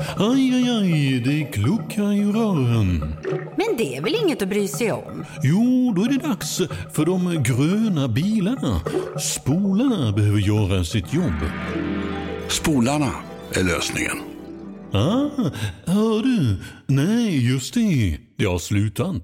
Aj, aj, aj, det kluckar i rören. Men det är väl inget att bry sig om? Jo, då är det dags för de gröna bilarna. Spolarna behöver göra sitt jobb. Spolarna är lösningen. Hör du? Nej, just det. Det har slutat.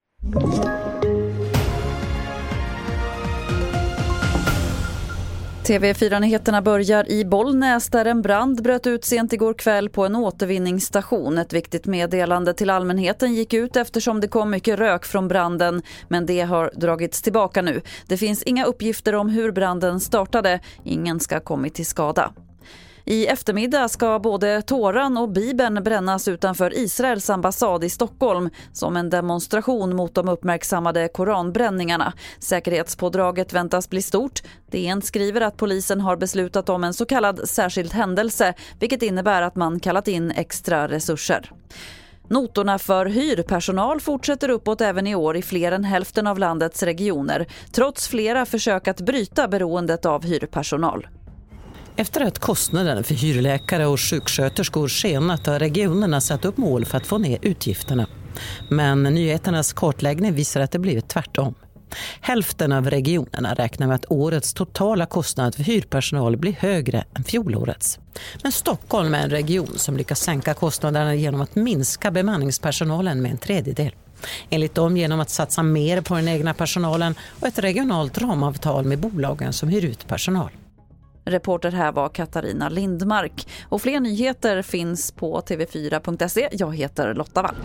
TV4-nyheterna börjar i Bollnäs där en brand bröt ut sent igår kväll på en återvinningsstation. Ett viktigt meddelande till allmänheten gick ut eftersom det kom mycket rök från branden, men det har dragits tillbaka nu. Det finns inga uppgifter om hur branden startade. Ingen ska ha kommit till skada. I eftermiddag ska både Toran och Bibeln brännas utanför Israels ambassad i Stockholm som en demonstration mot de uppmärksammade koranbränningarna. Säkerhetspådraget väntas bli stort. DN skriver att polisen har beslutat om en så kallad särskild händelse, vilket innebär att man kallat in extra resurser. Notorna för hyrpersonal fortsätter uppåt även i år i fler än hälften av landets regioner, trots flera försök att bryta beroendet av hyrpersonal. Efter att kostnaden för hyrläkare och sjuksköterskor skenat har regionerna satt upp mål för att få ner utgifterna. Men nyheternas kartläggning visar att det blivit tvärtom. Hälften av regionerna räknar med att årets totala kostnad för hyrpersonal blir högre än fjolårets. Men Stockholm är en region som lyckas sänka kostnaderna genom att minska bemanningspersonalen med 1/3. Enligt dem genom att satsa mer på den egna personalen och ett regionalt ramavtal med bolagen som hyr ut personal. Reporter här var Katarina Lindmark. Och fler nyheter finns på tv4.se. Jag heter Lotta Wall.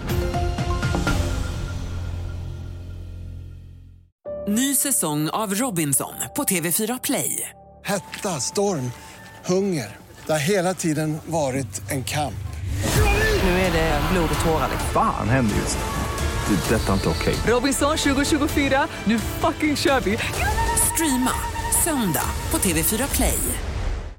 Ny säsong av Robinson på TV4 Play. Hetta, storm, hunger. Det har hela tiden varit en kamp. Nu är det blod och tårar. Fan händer just det. Det är detta inte okej. Robinson 2024, nu fucking kör vi. Streama söndag på TV4 Play.